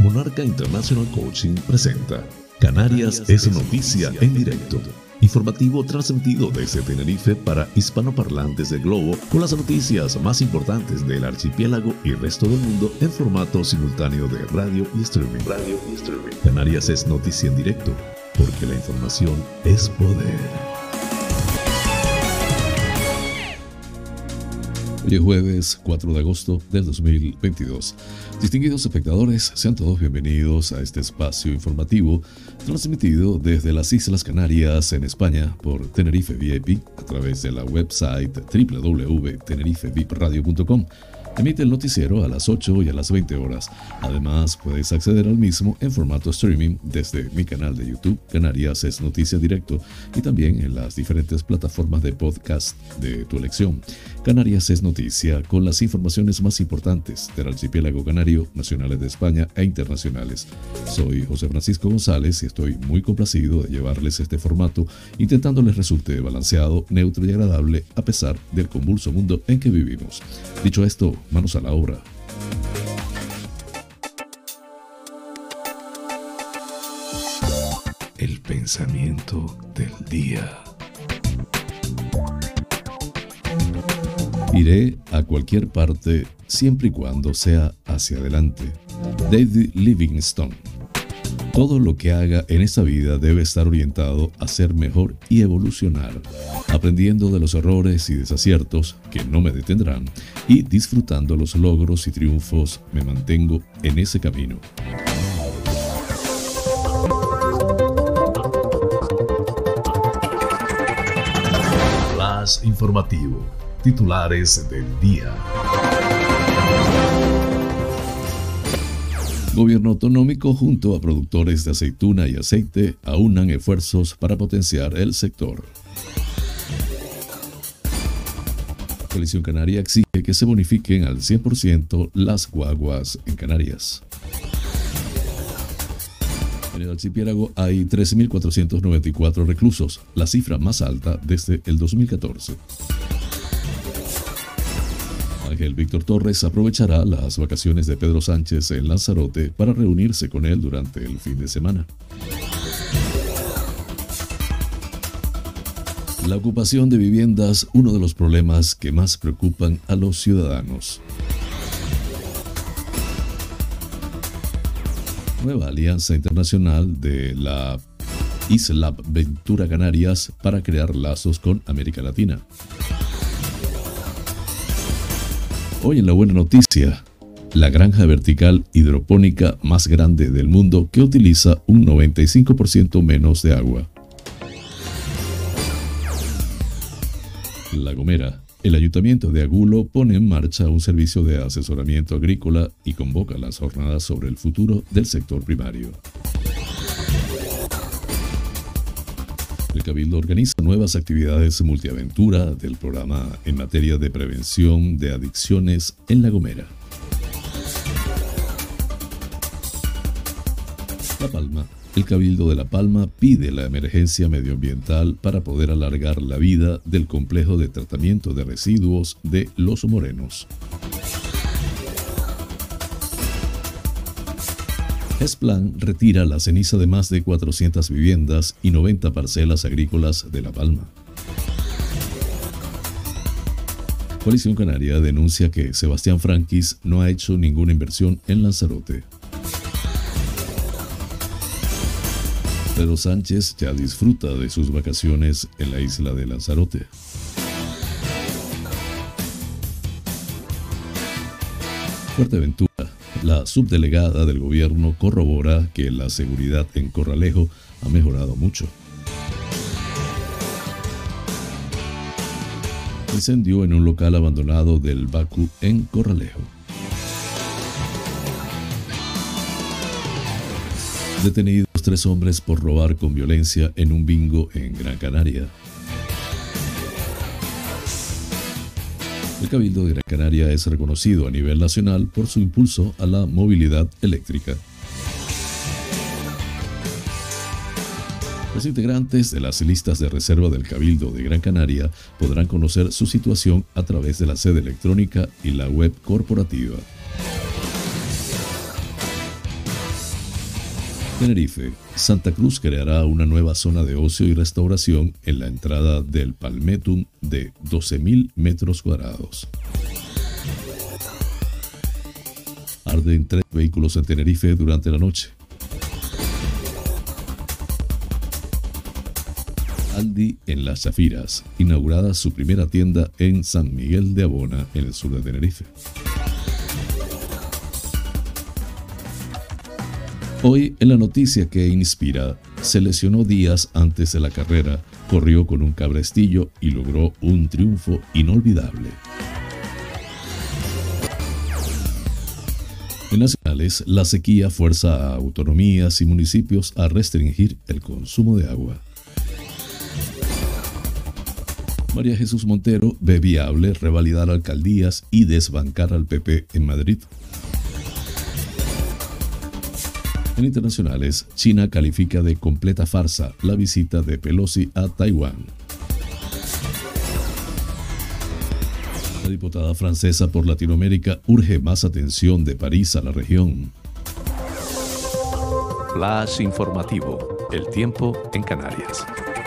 Monarca International Coaching presenta Canarias es noticia en directo. Informativo transmitido desde Tenerife para hispanoparlantes del globo con las noticias más importantes del archipiélago y resto del mundo en formato simultáneo de radio y streaming. Canarias es noticia en directo porque la información es poder. Hoy es jueves 4 de agosto del 2022. Distinguidos espectadores, sean todos bienvenidos a este espacio informativo transmitido desde las Islas Canarias en España por Tenerife VIP a través de la website www.tenerifevipradio.com. Emite el noticiero a las 8 y a las 20 horas. Además, puedes acceder al mismo en formato streaming desde mi canal de YouTube, Canarias es Noticia Directo, y también en las diferentes plataformas de podcast de tu elección. Canarias es Noticia, con las informaciones más importantes del archipiélago canario, nacionales de España e internacionales. Soy José Francisco González y estoy muy complacido de llevarles este formato, intentando les resulte balanceado, neutro y agradable a pesar del convulso mundo en que vivimos. Dicho esto, manos a la obra. El pensamiento del día. Iré a cualquier parte siempre y cuando sea hacia adelante. David Livingstone. Todo lo que haga en esta vida debe estar orientado a ser mejor y evolucionar, aprendiendo de los errores y desaciertos que no me detendrán y disfrutando los logros y triunfos, me mantengo en ese camino. Flash informativo. Titulares del día. Gobierno autonómico junto a productores de aceituna y aceite aunan esfuerzos para potenciar el sector. Coalición Canaria exige que se bonifiquen al 100% las guaguas en Canarias. En el archipiélago hay 13.494 reclusos, la cifra más alta desde el 2014. Ángel Víctor Torres aprovechará las vacaciones de Pedro Sánchez en Lanzarote para reunirse con él durante el fin de semana. La ocupación de viviendas, uno de los problemas que más preocupan a los ciudadanos. Nueva alianza internacional de la Isla Ventura Canarias para crear lazos con América Latina. Hoy en la buena noticia, la granja vertical hidropónica más grande del mundo que utiliza un 95% menos de agua. La Gomera. El Ayuntamiento de Agulo pone en marcha un servicio de asesoramiento agrícola y convoca las jornadas sobre el futuro del sector primario. El Cabildo organiza nuevas actividades multiaventura del programa en materia de prevención de adicciones en La Gomera. La Palma. El Cabildo de La Palma pide la emergencia medioambiental para poder alargar la vida del complejo de tratamiento de residuos de Los Morenos. Gesplan retira la ceniza de más de 400 viviendas y 90 parcelas agrícolas de La Palma. Coalición Canaria denuncia que Sebastián Franquis no ha hecho ninguna inversión en Lanzarote. Pedro Sánchez ya disfruta de sus vacaciones en la isla de Lanzarote. Fuerteventura. La subdelegada del gobierno corrobora que la seguridad en Corralejo ha mejorado mucho. Incendio en un local abandonado del Bacu en Corralejo. Detenidos 3 hombres por robar con violencia en un bingo en Gran Canaria. El Cabildo de Gran Canaria es reconocido a nivel nacional por su impulso a la movilidad eléctrica. Los integrantes de las listas de reserva del Cabildo de Gran Canaria podrán conocer su situación a través de la sede electrónica y la web corporativa. Tenerife. Santa Cruz creará una nueva zona de ocio y restauración en la entrada del Palmetum de 12.000 metros cuadrados. Arden 3 vehículos en Tenerife durante la noche. Aldi en Las Chafiras, inaugurada su primera tienda en San Miguel de Abona, en el sur de Tenerife. Hoy, en la noticia que inspira, se lesionó días antes de la carrera, corrió con un cabrestillo y logró un triunfo inolvidable. En nacionales, la sequía fuerza a autonomías y municipios a restringir el consumo de agua. María Jesús Montero ve viable revalidar alcaldías y desbancar al PP en Madrid. En internacionales, China califica de completa farsa la visita de Pelosi a Taiwán. La diputada francesa por Latinoamérica urge más atención de París a la región. Flash informativo. El tiempo en Canarias.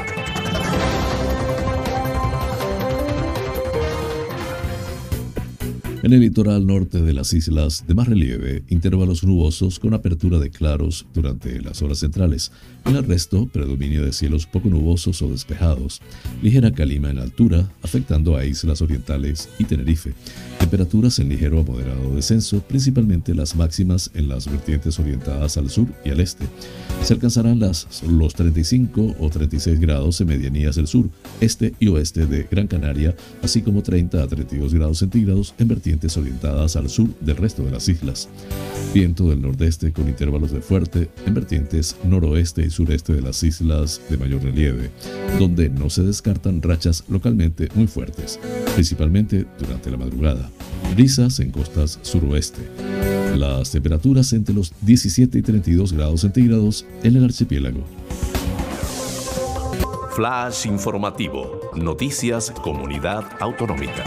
En el litoral norte de las islas, de más relieve, intervalos nubosos con apertura de claros durante las horas centrales. En el resto, predominio de cielos poco nubosos o despejados. Ligera calima en altura, afectando a islas orientales y Tenerife. Temperaturas en ligero a moderado descenso, principalmente las máximas en las vertientes orientadas al sur y al este. Se alcanzarán los 35 o 36 grados en medianías del sur, este y oeste de Gran Canaria, así como 30 a 32 grados centígrados en vertientes orientadas al sur del resto de las islas. Viento del nordeste con intervalos de fuerte en vertientes noroeste y sureste de las islas de mayor relieve, donde no se descartan rachas localmente muy fuertes, principalmente durante la madrugada. Brisas en costas suroeste. Las temperaturas entre los 17 y 32 grados centígrados en el archipiélago. Flash informativo. Noticias Comunidad Autonómica.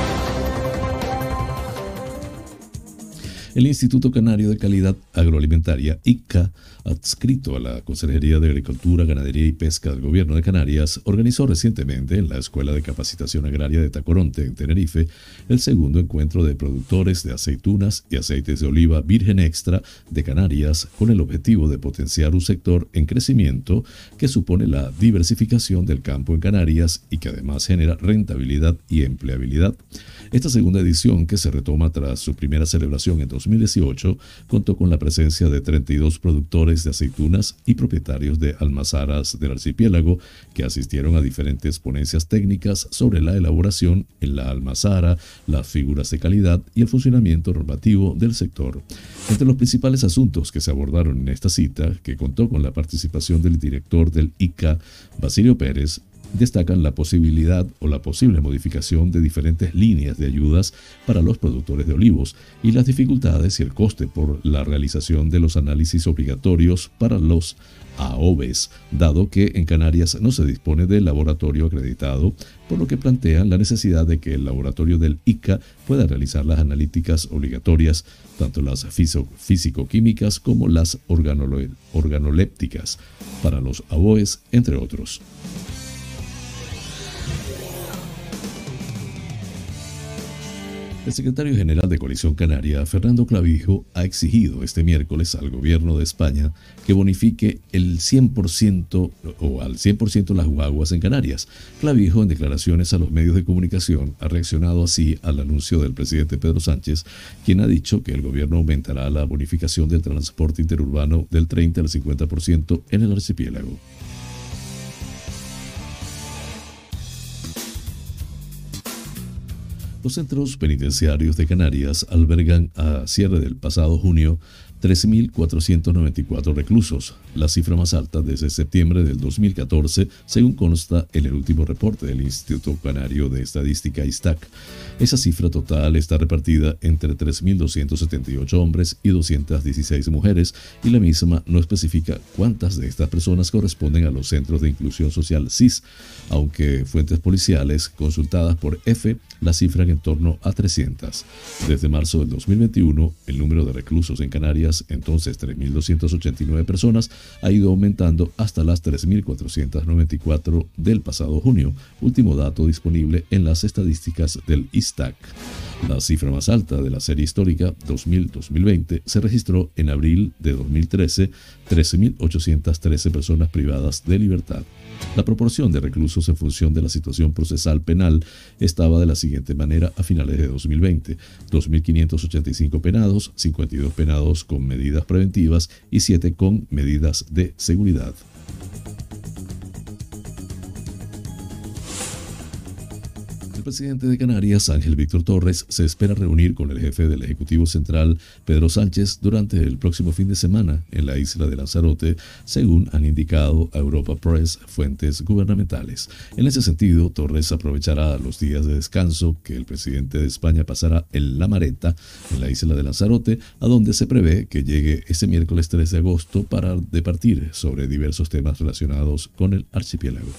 El Instituto Canario de Calidad Agroalimentaria, ICCA, adscrito a la Consejería de Agricultura, Ganadería y Pesca del Gobierno de Canarias, organizó recientemente en la Escuela de Capacitación Agraria de Tacoronte, en Tenerife, el segundo encuentro de productores de aceitunas y aceites de oliva virgen extra de Canarias, con el objetivo de potenciar un sector en crecimiento que supone la diversificación del campo en Canarias y que además genera rentabilidad y empleabilidad. Esta segunda edición, que se retoma tras su primera celebración en 2018, contó con la presencia de 32 productores de aceitunas y propietarios de almazaras del archipiélago que asistieron a diferentes ponencias técnicas sobre la elaboración en la almazara, las figuras de calidad y el funcionamiento normativo del sector. Entre los principales asuntos que se abordaron en esta cita, que contó con la participación del director del ICCA, Basilio Pérez, destacan la posibilidad o la posible modificación de diferentes líneas de ayudas para los productores de olivos y las dificultades y el coste por la realización de los análisis obligatorios para los AOVs, dado que en Canarias no se dispone de laboratorio acreditado, por lo que plantean la necesidad de que el laboratorio del ICCA pueda realizar las analíticas obligatorias, tanto las físico-químicas como las organolépticas, para los AOVs, entre otros. El secretario general de Coalición Canaria, Fernando Clavijo, ha exigido este miércoles al gobierno de España que bonifique el 100% o al 100% las guaguas en Canarias. Clavijo, en declaraciones a los medios de comunicación, ha reaccionado así al anuncio del presidente Pedro Sánchez, quien ha dicho que el gobierno aumentará la bonificación del transporte interurbano del 30 al 50% en el archipiélago. Los centros penitenciarios de Canarias albergan a cierre del pasado junio 13.494 reclusos, la cifra más alta desde septiembre del 2014, según consta en el último reporte del Instituto Canario de Estadística ISTAC. Esa cifra total está repartida entre 3.278 hombres y 216 mujeres, y la misma no especifica cuántas de estas personas corresponden a los Centros de Inclusión Social CIS, aunque fuentes policiales consultadas por EFE la cifran en torno a 300. Desde marzo del 2021, el número de reclusos en Canarias Canarias, entonces 3.289 personas, ha ido aumentando hasta las 3.494 del pasado junio, último dato disponible en las estadísticas del ISTAC. La cifra más alta de la serie histórica 2000-2020 se registró en abril de 2013, 13.813 personas privadas de libertad. La proporción de reclusos en función de la situación procesal penal estaba de la siguiente manera a finales de 2020: 2.585 penados, 52 penados con medidas preventivas y 7 con medidas de seguridad. El presidente de Canarias, Ángel Víctor Torres, se espera reunir con el jefe del Ejecutivo Central, Pedro Sánchez, durante el próximo fin de semana en la isla de Lanzarote, según han indicado a Europa Press fuentes gubernamentales. En ese sentido, Torres aprovechará los días de descanso que el presidente de España pasará en La Mareta, en la isla de Lanzarote, a donde se prevé que llegue este miércoles 3 de agosto para debatir sobre diversos temas relacionados con el archipiélago.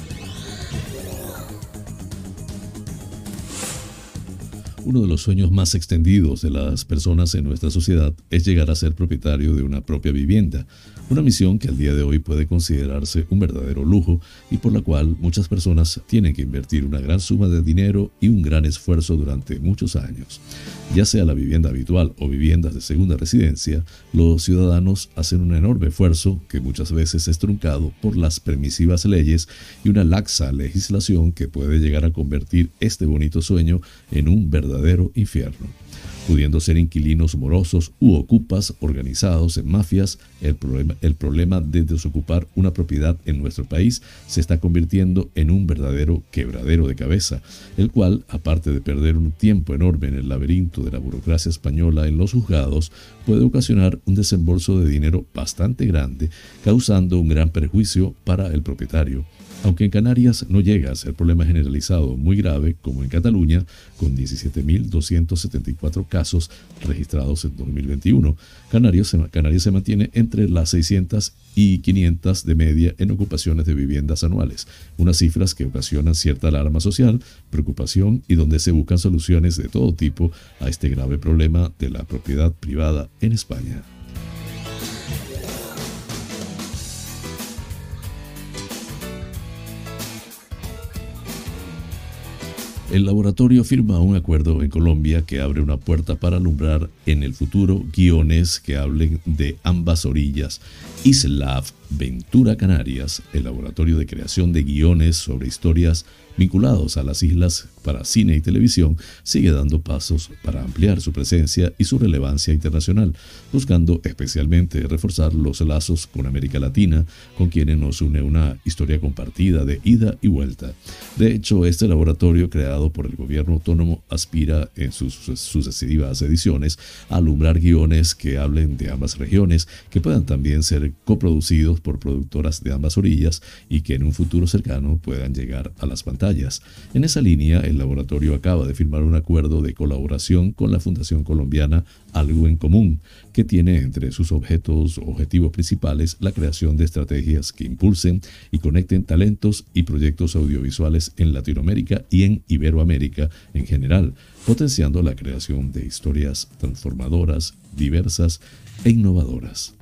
Uno de los sueños más extendidos de las personas en nuestra sociedad es llegar a ser propietario de una propia vivienda, una misión que al día de hoy puede considerarse un verdadero lujo y por la cual muchas personas tienen que invertir una gran suma de dinero y un gran esfuerzo durante muchos años. Ya sea la vivienda habitual o viviendas de segunda residencia, los ciudadanos hacen un enorme esfuerzo que muchas veces es truncado por las permisivas leyes y una laxa legislación que puede llegar a convertir este bonito sueño en un verdadero infierno. Pudiendo ser inquilinos morosos u ocupas organizados en mafias, el problema de desocupar una propiedad en nuestro país se está convirtiendo en un verdadero quebradero de cabeza, el cual, aparte de perder un tiempo enorme en el laberinto de la burocracia española en los juzgados, puede ocasionar un desembolso de dinero bastante grande, causando un gran perjuicio para el propietario. Aunque en Canarias no llega a ser problema generalizado muy grave como en Cataluña, con 17.274 casos registrados en 2021, Canarias se mantiene entre las 600 y 500 de media en ocupaciones de viviendas anuales, unas cifras que ocasionan cierta alarma social, preocupación y donde se buscan soluciones de todo tipo a este grave problema de la propiedad privada en España. El laboratorio firma un acuerdo en Colombia que abre una puerta para alumbrar en el futuro guiones que hablen de ambas orillas. Islav Ventura Canarias, el laboratorio de creación de guiones sobre historias vinculados a las islas para cine y televisión, sigue dando pasos para ampliar su presencia y su relevancia internacional, buscando especialmente reforzar los lazos con América Latina, con quienes nos une una historia compartida de ida y vuelta. De hecho, este laboratorio creado por el gobierno autónomo aspira en sus sucesivas ediciones a alumbrar guiones que hablen de ambas regiones, que puedan también ser coproducidos por productoras de ambas orillas y que en un futuro cercano puedan llegar a las pantallas. En esa línea, el laboratorio acaba de firmar un acuerdo de colaboración con la Fundación Colombiana Algo en Común, que tiene entre sus objetivos principales la creación de estrategias que impulsen y conecten talentos y proyectos audiovisuales en Latinoamérica y en Iberoamérica en general, potenciando la creación de historias transformadoras, diversas e innovadoras.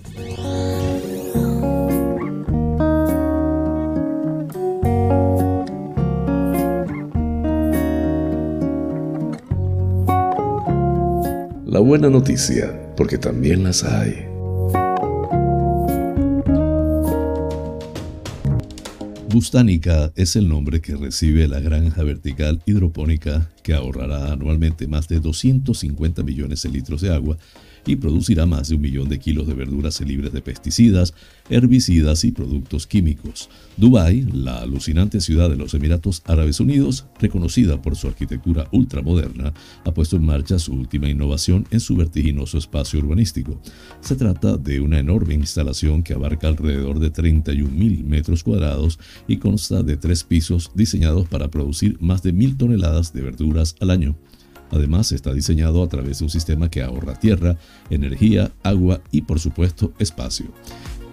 La buena noticia, porque también las hay. Bustánica es el nombre que recibe la granja vertical hidropónica que ahorrará anualmente más de 250 millones de litros de agua y producirá más de 1 millón de kilos de verduras libres de pesticidas, herbicidas y productos químicos. Dubái, la alucinante ciudad de los Emiratos Árabes Unidos, reconocida por su arquitectura ultramoderna, ha puesto en marcha su última innovación en su vertiginoso espacio urbanístico. Se trata de una enorme instalación que abarca alrededor de 31.000 metros cuadrados y consta de 3 pisos diseñados para producir más de 1.000 toneladas de verduras al año. Además, está diseñado a través de un sistema que ahorra tierra, energía, agua y, por supuesto, espacio.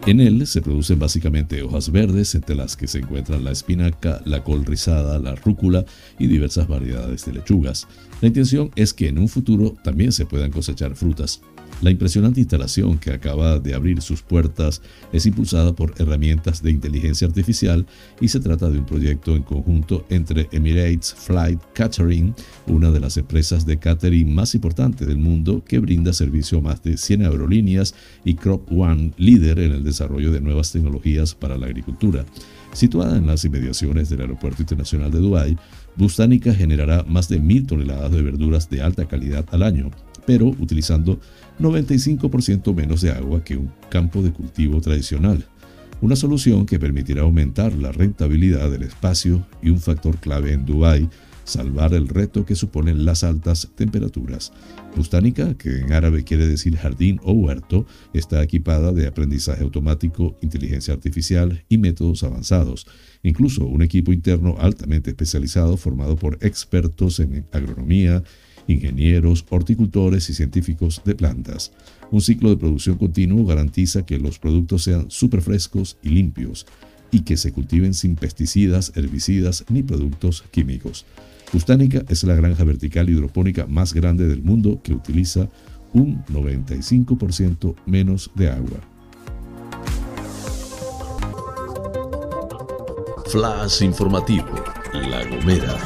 En él se producen básicamente hojas verdes, entre las que se encuentran la espinaca, la col rizada, la rúcula y diversas variedades de lechugas. La intención es que en un futuro también se puedan cosechar frutas. La impresionante instalación, que acaba de abrir sus puertas, es impulsada por herramientas de inteligencia artificial y se trata de un proyecto en conjunto entre Emirates Flight Catering, una de las empresas de catering más importantes del mundo que brinda servicio a más de 100 aerolíneas, y Crop One, líder en el desarrollo de nuevas tecnologías para la agricultura. Situada en las inmediaciones del Aeropuerto Internacional de Dubái, Bustanica generará más de 1.000 toneladas de verduras de alta calidad al año, pero utilizando 95% menos de agua que un campo de cultivo tradicional. Una solución que permitirá aumentar la rentabilidad del espacio y, un factor clave en Dubái, salvar el reto que suponen las altas temperaturas. Bustanica, que en árabe quiere decir jardín o huerto, está equipada de aprendizaje automático, inteligencia artificial y métodos avanzados. Incluso un equipo interno altamente especializado formado por expertos en agronomía, ingenieros, horticultores y científicos de plantas. Un ciclo de producción continuo garantiza que los productos sean súper frescos y limpios, y que se cultiven sin pesticidas, herbicidas ni productos químicos. Bustanica es la granja vertical hidropónica más grande del mundo, que utiliza un 95% menos de agua. Flash informativo, La Gomera.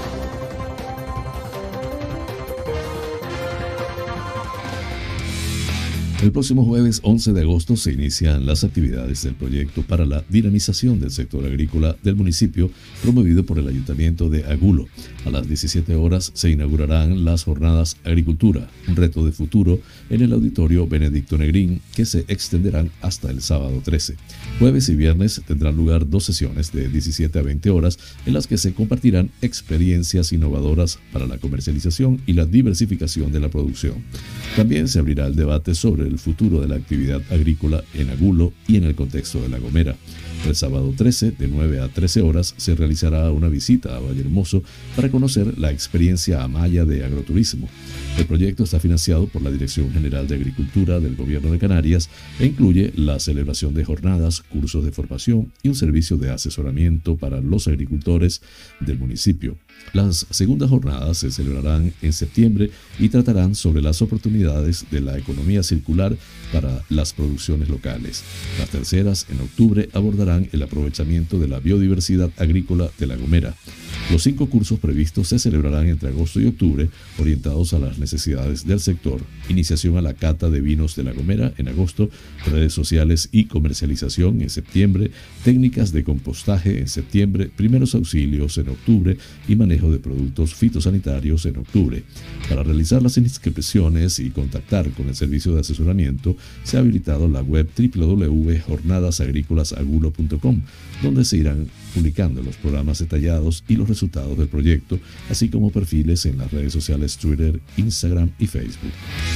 El próximo jueves 11 de agosto se inician las actividades del proyecto para la dinamización del sector agrícola del municipio, promovido por el Ayuntamiento de Angulo. A las 17 horas se inaugurarán las jornadas Agricultura, un reto de futuro, en el Auditorio Benedicto Negrín, que se extenderán hasta el sábado 13. Jueves y viernes tendrán lugar 2 sesiones de 17 a 20 horas en las que se compartirán experiencias innovadoras para la comercialización y la diversificación de la producción. También se abrirá el debate sobre el futuro de la actividad agrícola en Angulo y en el contexto de La Gomera. El sábado 13, de 9 a 13 horas, se realizará una visita a Vallehermoso para conocer la experiencia amaya de agroturismo. El proyecto está financiado por la Dirección General de Agricultura del Gobierno de Canarias e incluye la celebración de jornadas, cursos de formación y un servicio de asesoramiento para los agricultores del municipio. Las segundas jornadas se celebrarán en septiembre y tratarán sobre las oportunidades de la economía circular para las producciones locales. Las terceras, en octubre, abordarán el aprovechamiento de la biodiversidad agrícola de La Gomera. Los 5 cursos previstos se celebrarán entre agosto y octubre, orientados a las necesidades del sector: iniciación a la cata de vinos de La Gomera en agosto, redes sociales y comercialización en septiembre, técnicas de compostaje en septiembre, primeros auxilios en octubre y manejo de productos fitosanitarios en octubre. Para realizar las inscripciones y contactar con el servicio de asesoramiento, se ha habilitado la web www.jornadasagrícolasangulo.com, donde se irán publicando los programas detallados y los resultados del proyecto, así como perfiles en las redes sociales Twitter, Instagram y Facebook.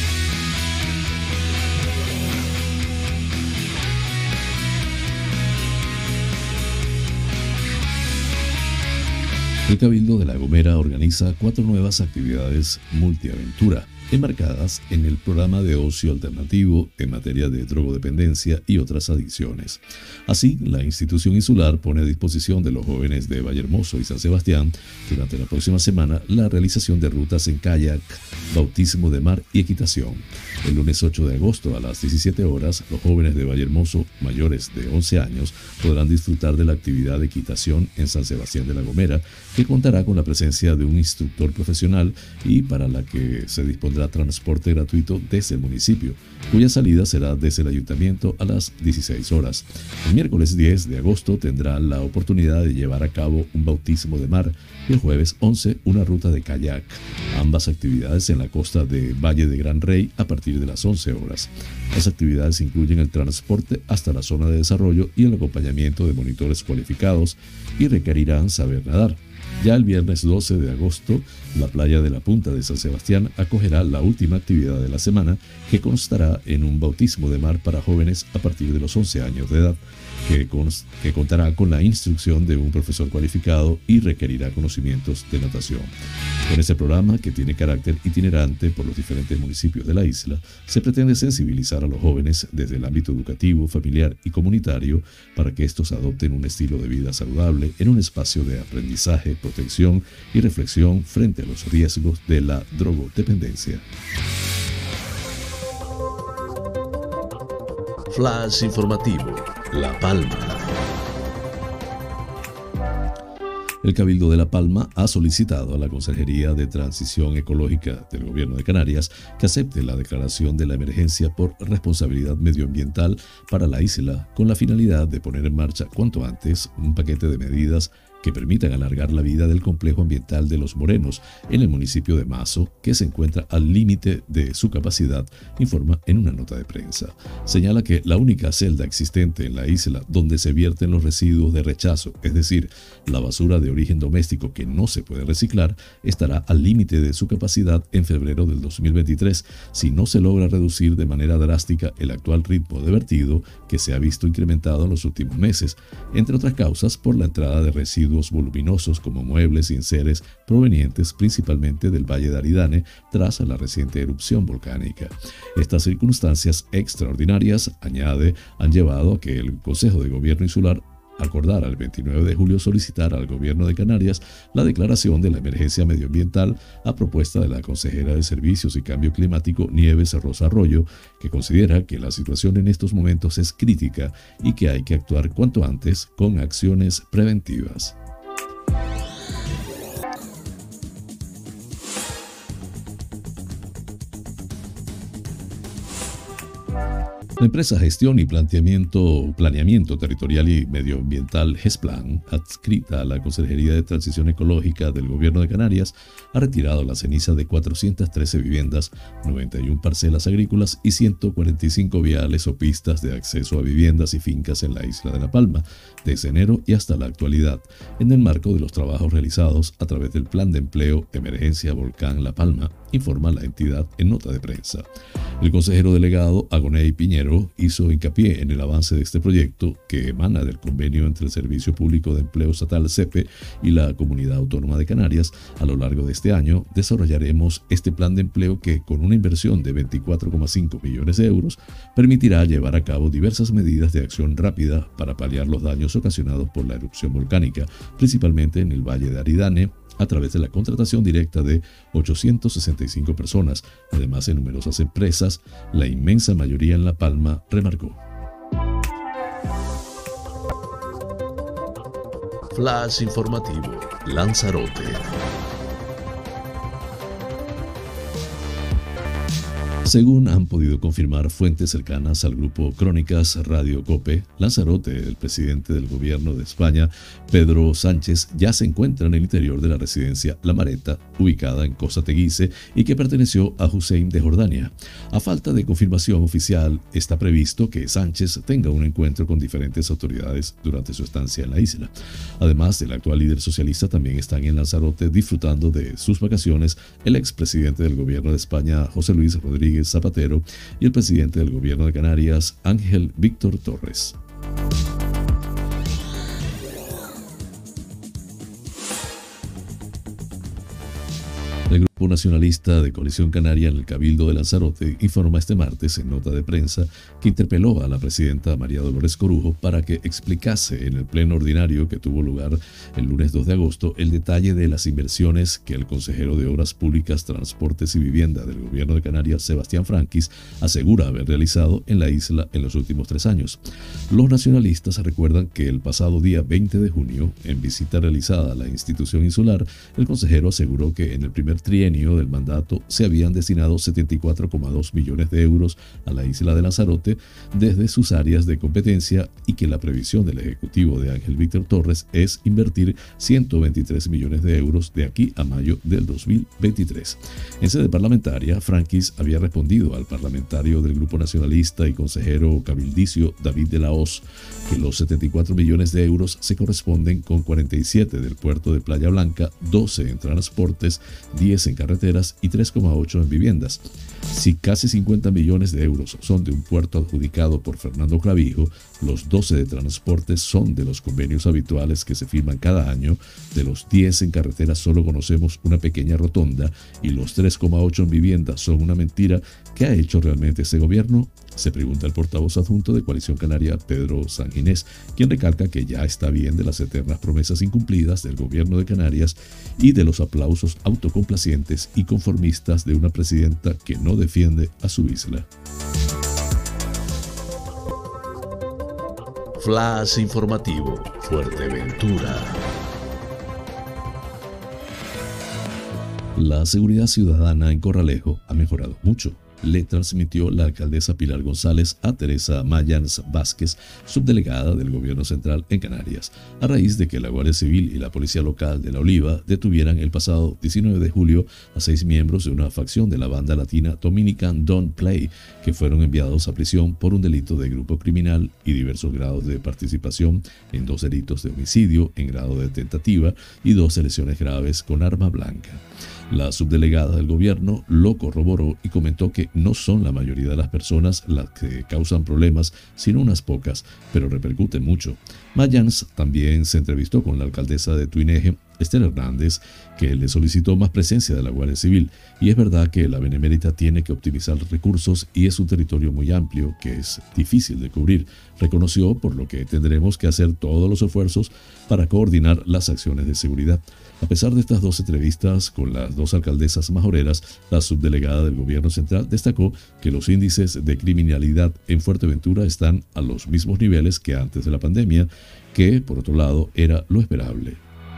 El Cabildo de La Gomera organiza 4 nuevas actividades multiaventura, enmarcadas en el programa de ocio alternativo en materia de drogodependencia y otras adicciones. Así, la institución insular pone a disposición de los jóvenes de Vallehermoso y San Sebastián, durante la próxima semana, la realización de rutas en kayak, bautismo de mar y equitación. El lunes 8 de agosto a las 17 horas, los jóvenes de Vallehermoso mayores de 11 años podrán disfrutar de la actividad de equitación en San Sebastián de La Gomera, que contará con la presencia de un instructor profesional y para la que se dispondrá transporte gratuito desde el municipio, cuya salida será desde el ayuntamiento a las 16 horas. El miércoles 10 de agosto tendrá la oportunidad de llevar a cabo un bautismo de mar y el jueves 11 una ruta de kayak, ambas actividades en la costa de Valle de Gran Rey a partir de las 11 horas. Las actividades incluyen el transporte hasta la zona de desarrollo y el acompañamiento de monitores cualificados y requerirán saber nadar. Ya el viernes 12 de agosto, la playa de la Punta de San Sebastián acogerá la última actividad de la semana, que constará en un bautismo de mar para jóvenes a partir de los 11 años de edad, que contará con la instrucción de un profesor cualificado y requerirá conocimientos de natación. Con este programa, que tiene carácter itinerante por los diferentes municipios de la isla, se pretende sensibilizar a los jóvenes desde el ámbito educativo, familiar y comunitario para que estos adopten un estilo de vida saludable en un espacio de aprendizaje, protección y reflexión frente a los riesgos de la drogodependencia. Flash informativo, La Palma. El Cabildo de La Palma ha solicitado a la Consejería de Transición Ecológica del Gobierno de Canarias que acepte la declaración de la emergencia por responsabilidad medioambiental para la isla, con la finalidad de poner en marcha cuanto antes un paquete de medidas que permitan alargar la vida del complejo ambiental de Los Morenos en el municipio de Mazo, que se encuentra al límite de su capacidad, informa en una nota de prensa. Señala que la única celda existente en la isla donde se vierten los residuos de rechazo, es decir, la basura de origen doméstico que no se puede reciclar, estará al límite de su capacidad en febrero del 2023 si no se logra reducir de manera drástica el actual ritmo de vertido, que se ha visto incrementado en los últimos meses, entre otras causas por la entrada de residuos voluminosos como muebles y enseres provenientes principalmente del Valle de Aridane tras la reciente erupción volcánica. Estas circunstancias extraordinarias, añade, han llevado a que el Consejo de Gobierno Insular acordara el 29 de julio solicitar al Gobierno de Canarias la declaración de la emergencia medioambiental a propuesta de la consejera de Servicios y Cambio Climático Nieves Rosa Arroyo, que considera que la situación en estos momentos es crítica y que hay que actuar cuanto antes con acciones preventivas. La empresa Gestión y Planeamiento Territorial y Medioambiental GESPLAN, adscrita a la Consejería de Transición Ecológica del Gobierno de Canarias, ha retirado la ceniza de 413 viviendas, 91 parcelas agrícolas y 145 viales o pistas de acceso a viviendas y fincas en la isla de La Palma, desde enero y hasta la actualidad, en el marco de los trabajos realizados a través del Plan de Empleo Emergencia Volcán La Palma, informa la entidad en nota de prensa. El consejero delegado Agoney Piñero hizo hincapié en el avance de este proyecto, que emana del convenio entre el Servicio Público de Empleo Estatal SEPE y la Comunidad Autónoma de Canarias. A lo largo de este año desarrollaremos este plan de empleo que, con una inversión de 24,5 millones de euros, permitirá llevar a cabo diversas medidas de acción rápida para paliar los daños ocasionados por la erupción volcánica, principalmente en el Valle de Aridane, a través de la contratación directa de 865 personas, además de numerosas empresas, la inmensa mayoría en La Palma, remarcó. Flash informativo, Lanzarote. Según han podido confirmar fuentes cercanas al grupo Crónicas Radio Cope, Lanzarote, el presidente del gobierno de España, Pedro Sánchez, ya se encuentra en el interior de la residencia La Mareta, ubicada en Costa Teguise y que perteneció a Hussein de Jordania. A falta de confirmación oficial, está previsto que Sánchez tenga un encuentro con diferentes autoridades durante su estancia en la isla. Además del actual líder socialista, también están en Lanzarote disfrutando de sus vacaciones el expresidente del gobierno de España, José Luis Rodríguez Zapatero, y el presidente del gobierno de Canarias, Ángel Víctor Torres. El Grupo Nacionalista de Coalición Canaria en el Cabildo de Lanzarote informa este martes en nota de prensa que interpeló a la presidenta María Dolores Corujo para que explicase en el pleno ordinario que tuvo lugar el lunes 2 de agosto el detalle de las inversiones que el consejero de Obras Públicas, Transportes y Vivienda del Gobierno de Canarias, Sebastián Franquis, asegura haber realizado en la isla en los últimos 3 años. Los nacionalistas recuerdan que el pasado día 20 de junio, en visita realizada a la institución insular, el consejero aseguró que en el primer trienio quinquenio del mandato se habían destinado 74,2 millones de euros a la isla de Lanzarote desde sus áreas de competencia y que la previsión del Ejecutivo de Ángel Víctor Torres es invertir 123 millones de euros de aquí a mayo del 2023. En sede parlamentaria, Frankis había respondido al parlamentario del Grupo Nacionalista y consejero cabildicio David de la Hoz que los 74 millones de euros se corresponden con 47 del puerto de Playa Blanca, 12 en transportes, 10 en carreteras y 3,8 en viviendas. Si casi 50 millones de euros son de un puerto adjudicado por Fernando Clavijo, los 12 de transportes son de los convenios habituales que se firman cada año, de los 10 en carreteras solo conocemos una pequeña rotonda y los 3,8 en viviendas son una mentira. ¿Qué ha hecho realmente ese gobierno? Se pregunta el portavoz adjunto de Coalición Canaria, Pedro Sanginés, quien recalca que ya está bien de las eternas promesas incumplidas del gobierno de Canarias y de los aplausos autocomplacientes y conformistas de una presidenta que no defiende a su isla. Flash informativo, Fuerteventura. La seguridad ciudadana en Corralejo ha mejorado mucho, le transmitió la alcaldesa Pilar González a Teresa Mayans Vázquez, subdelegada del Gobierno Central en Canarias, a raíz de que la Guardia Civil y la Policía Local de La Oliva detuvieran el pasado 19 de julio a 6 miembros de una facción de la banda latina Dominican Don't Play, que fueron enviados a prisión por un delito de grupo criminal y diversos grados de participación en 2 delitos de homicidio en grado de tentativa y 2 lesiones graves con arma blanca. La subdelegada del gobierno lo corroboró y comentó que no son la mayoría de las personas las que causan problemas, sino unas pocas, pero repercuten mucho. Mayans también se entrevistó con la alcaldesa de Tuineje, Esther Hernández, que le solicitó más presencia de la Guardia Civil, y es verdad que la Benemérita tiene que optimizar recursos y es un territorio muy amplio que es difícil de cubrir, reconoció, por lo que tendremos que hacer todos los esfuerzos para coordinar las acciones de seguridad. A pesar de estas 2 entrevistas con las 2 alcaldesas majoreras, la subdelegada del Gobierno Central destacó que los índices de criminalidad en Fuerteventura están a los mismos niveles que antes de la pandemia, que, por otro lado, era lo esperable.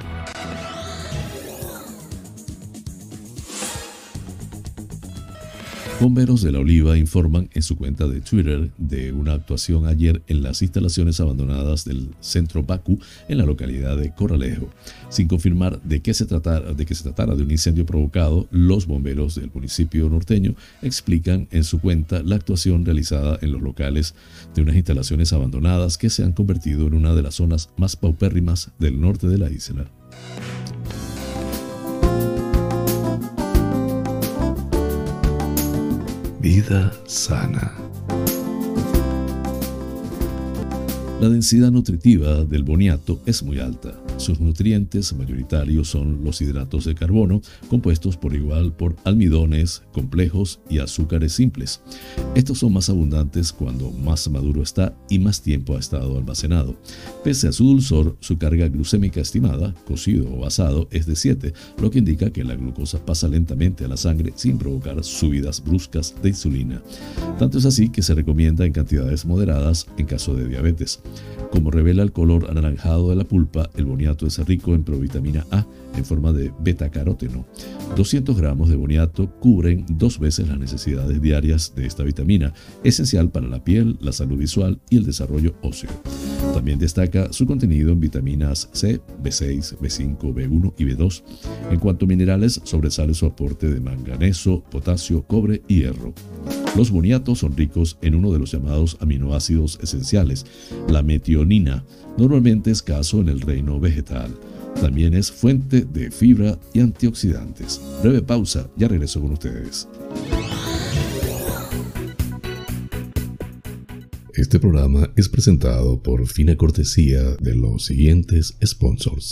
Bomberos de La Oliva informan en su cuenta de Twitter de una actuación ayer en las instalaciones abandonadas del Centro Baku en la localidad de Corralejo. Sin confirmar de que se tratara de un incendio provocado, los bomberos del municipio norteño explican en su cuenta la actuación realizada en los locales de unas instalaciones abandonadas que se han convertido en una de las zonas más paupérrimas del norte de la isla. Vida sana. La densidad nutritiva del boniato es muy alta. Sus nutrientes mayoritarios son los hidratos de carbono, compuestos por igual por almidones, complejos y azúcares simples. Estos son más abundantes cuando más maduro está y más tiempo ha estado almacenado. Pese a su dulzor, su carga glucémica estimada, cocido o asado, es de 7, lo que indica que la glucosa pasa lentamente a la sangre sin provocar subidas bruscas de insulina. Tanto es así que se recomienda en cantidades moderadas en caso de diabetes. Como revela el color anaranjado de la pulpa, el boniato es rico en provitamina A en forma de betacaróteno. 200 gramos de boniato cubren 2 veces las necesidades diarias de esta vitamina, esencial para la piel, la salud visual y el desarrollo óseo. También destaca su contenido en vitaminas C, B6, B5, B1 y B2. En cuanto a minerales, sobresale su aporte de manganeso, potasio, cobre y hierro. Los boniatos son ricos en uno de los llamados aminoácidos esenciales, la metionina, normalmente escaso en el reino vegetal. También es fuente de fibra y antioxidantes. Breve pausa, ya regreso con ustedes. Este programa es presentado por fina cortesía de los siguientes sponsors.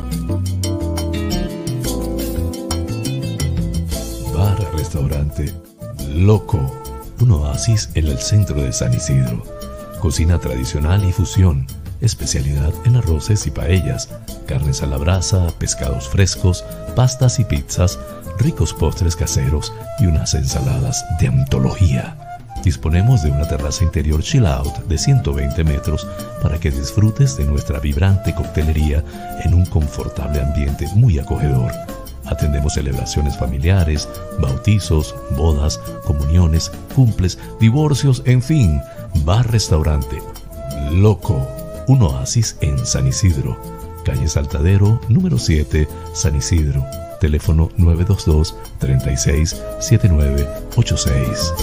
Bar Restaurante Loco, un oasis en el centro de San Isidro. Cocina tradicional y fusión, especialidad en arroces y paellas, carnes a la brasa, pescados frescos, pastas y pizzas, ricos postres caseros y unas ensaladas de antología. Disponemos de una terraza interior chill out de 120 metros para que disfrutes de nuestra vibrante coctelería en un confortable ambiente muy acogedor. Atendemos celebraciones familiares, bautizos, bodas, comuniones, cumples, divorcios, en fin. Bar-restaurante Loco, un oasis en San Isidro. Calle Saltadero, número 7, San Isidro. Teléfono 922-367986.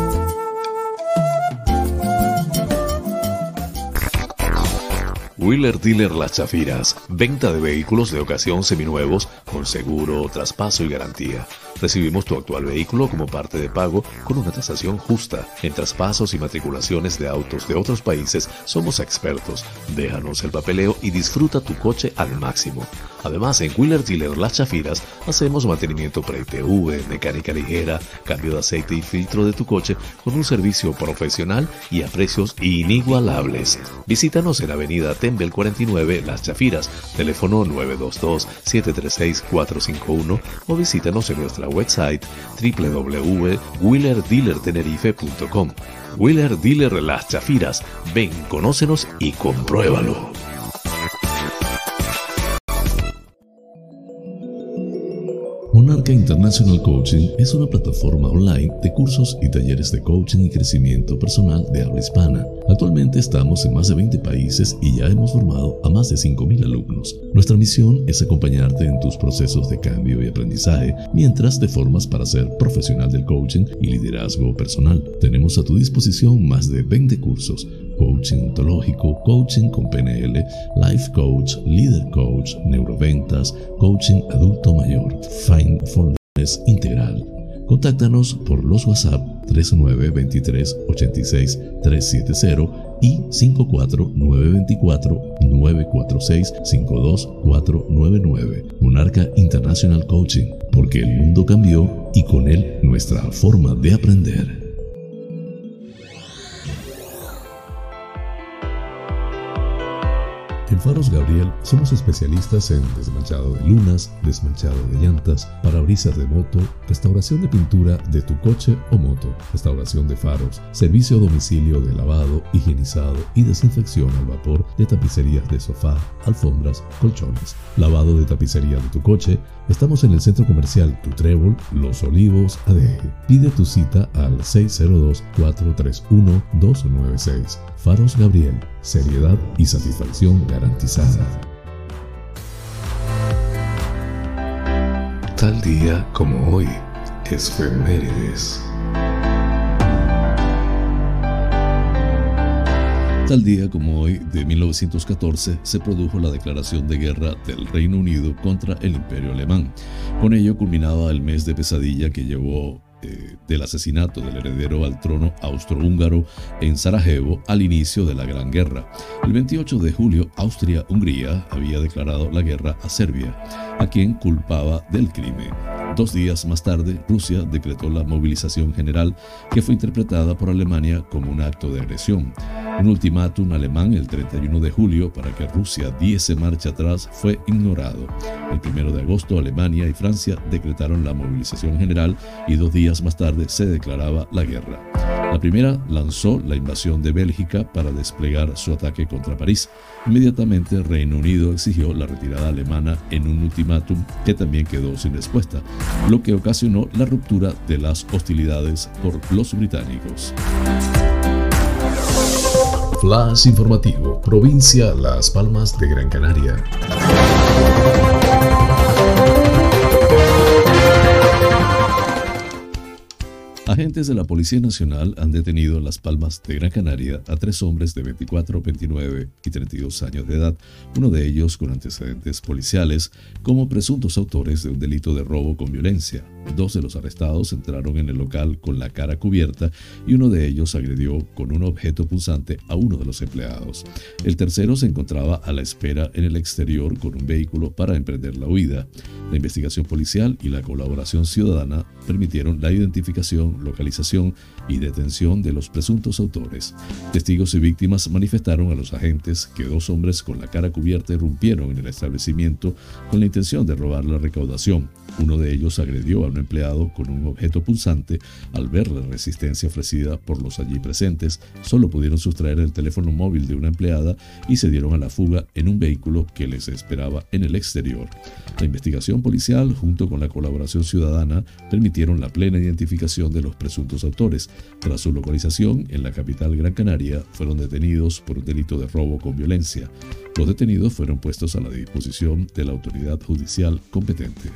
Wheeler Dealer Las Chafiras, venta de vehículos de ocasión seminuevos con seguro, traspaso y garantía. Recibimos tu actual vehículo como parte de pago con una tasación justa. En traspasos y matriculaciones de autos de otros países somos expertos. Déjanos el papeleo y disfruta tu coche al máximo. Además, en Wheeler Dealer Las Chafiras hacemos mantenimiento pre-ITV, mecánica ligera, cambio de aceite y filtro de tu coche con un servicio profesional y a precios inigualables. Visítanos en Avenida Tembel 49, Las Chafiras, teléfono 922-736-451 o visítanos en nuestra website www.wheelerdealertenerife.com. Wheeler Dealer Las Chafiras. Ven, conócenos y compruébalo. Monarca International Coaching es una plataforma online de cursos y talleres de coaching y crecimiento personal de habla hispana. Actualmente estamos en más de 20 países y ya hemos formado a más de 5.000 alumnos. Nuestra misión es acompañarte en tus procesos de cambio y aprendizaje mientras te formas para ser profesional del coaching y liderazgo personal. Tenemos a tu disposición más de 20 cursos: coaching ontológico, coaching con PNL, life coach, leader coach, neuroventas, coaching adulto mayor, mindfulness integral. Contáctanos por los WhatsApp 3923-86-370 y 54924-946-52499. Monarca International Coaching, porque el mundo cambió y con él nuestra forma de aprender. En Faros Gabriel somos especialistas en desmanchado de lunas, desmanchado de llantas, parabrisas de moto, restauración de pintura de tu coche o moto, restauración de faros, servicio a domicilio de lavado, higienizado y desinfección al vapor de tapicerías de sofá, alfombras, colchones, lavado de tapicería de tu coche. Estamos en el centro comercial Tu Trébol, Los Olivos, ADG. Pide tu cita al 602-431-296. Faros Gabriel, seriedad y satisfacción garantizada. Tal día como hoy, efemérides. Tal día como hoy, de 1914, se produjo la declaración de guerra del Reino Unido contra el Imperio Alemán. Con ello culminaba el mes de pesadilla que llevó del asesinato del heredero al trono austrohúngaro en Sarajevo al inicio de la Gran Guerra. El 28 de julio, Austria-Hungría había declarado la guerra a Serbia, a quien culpaba del crimen. 2 días más tarde, Rusia decretó la movilización general, que fue interpretada por Alemania como un acto de agresión. Un ultimátum alemán el 31 de julio para que Rusia diese marcha atrás fue ignorado. El 1 de agosto, Alemania y Francia decretaron la movilización general y 2 días más tarde se declaraba la guerra. La primera lanzó la invasión de Bélgica para desplegar su ataque contra París. Inmediatamente, Reino Unido exigió la retirada alemana en un ultimátum que también quedó sin respuesta, lo que ocasionó la ruptura de las hostilidades por los británicos. Flash informativo, provincia Las Palmas de Gran Canaria. Agentes de la Policía Nacional han detenido en Las Palmas de Gran Canaria a 3 hombres de 24, 29 y 32 años de edad, uno de ellos con antecedentes policiales, como presuntos autores de un delito de robo con violencia. 2 de los arrestados entraron en el local con la cara cubierta y uno de ellos agredió con un objeto punzante a uno de los empleados. El tercero se encontraba a la espera en el exterior con un vehículo para emprender la huida. La investigación policial y la colaboración ciudadana permitieron la identificación, localización y detención de los presuntos autores. Testigos y víctimas manifestaron a los agentes que 2 hombres con la cara cubierta irrumpieron en el establecimiento con la intención de robar la recaudación. Uno de ellos agredió a un un empleado con un objeto punzante. Al ver la resistencia ofrecida por los allí presentes, solo pudieron sustraer el teléfono móvil de una empleada y se dieron a la fuga en un vehículo que les esperaba en el exterior. La investigación policial, junto con la colaboración ciudadana, permitieron la plena identificación de los presuntos autores. Tras su localización en la capital Gran Canaria, fueron detenidos por un delito de robo con violencia. Los detenidos fueron puestos a la disposición de la autoridad judicial competente.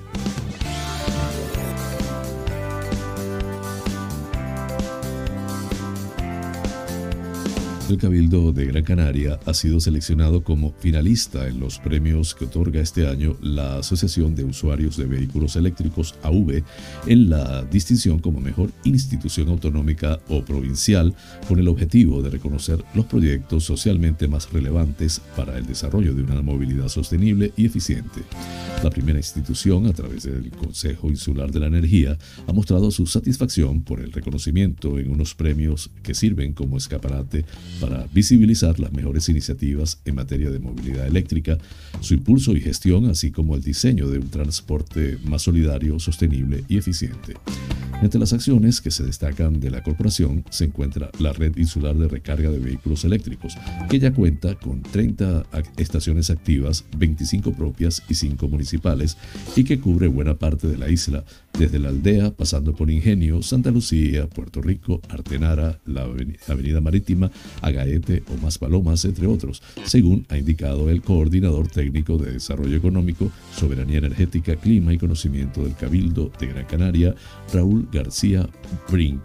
El Cabildo de Gran Canaria ha sido seleccionado como finalista en los premios que otorga este año la Asociación de Usuarios de Vehículos Eléctricos, AV, en la distinción como mejor institución autonómica o provincial, con el objetivo de reconocer los proyectos socialmente más relevantes para el desarrollo de una movilidad sostenible y eficiente. La primera institución, a través del Consejo Insular de la Energía, ha mostrado su satisfacción por el reconocimiento en unos premios que sirven como escaparate para visibilizar las mejores iniciativas en materia de movilidad eléctrica, su impulso y gestión, así como el diseño de un transporte más solidario, sostenible y eficiente. Entre las acciones que se destacan de la corporación se encuentra la Red Insular de Recarga de Vehículos Eléctricos, que ya cuenta con 30 estaciones activas, 25 propias y 5 municipales, y que cubre buena parte de la isla, desde la aldea, pasando por Ingenio, Santa Lucía, Puerto Rico, Artenara, la Avenida Marítima, Agaete o Maspalomas, entre otros, según ha indicado el coordinador técnico de Desarrollo Económico, Soberanía Energética, Clima y Conocimiento del Cabildo de Gran Canaria, Raúl García Brink.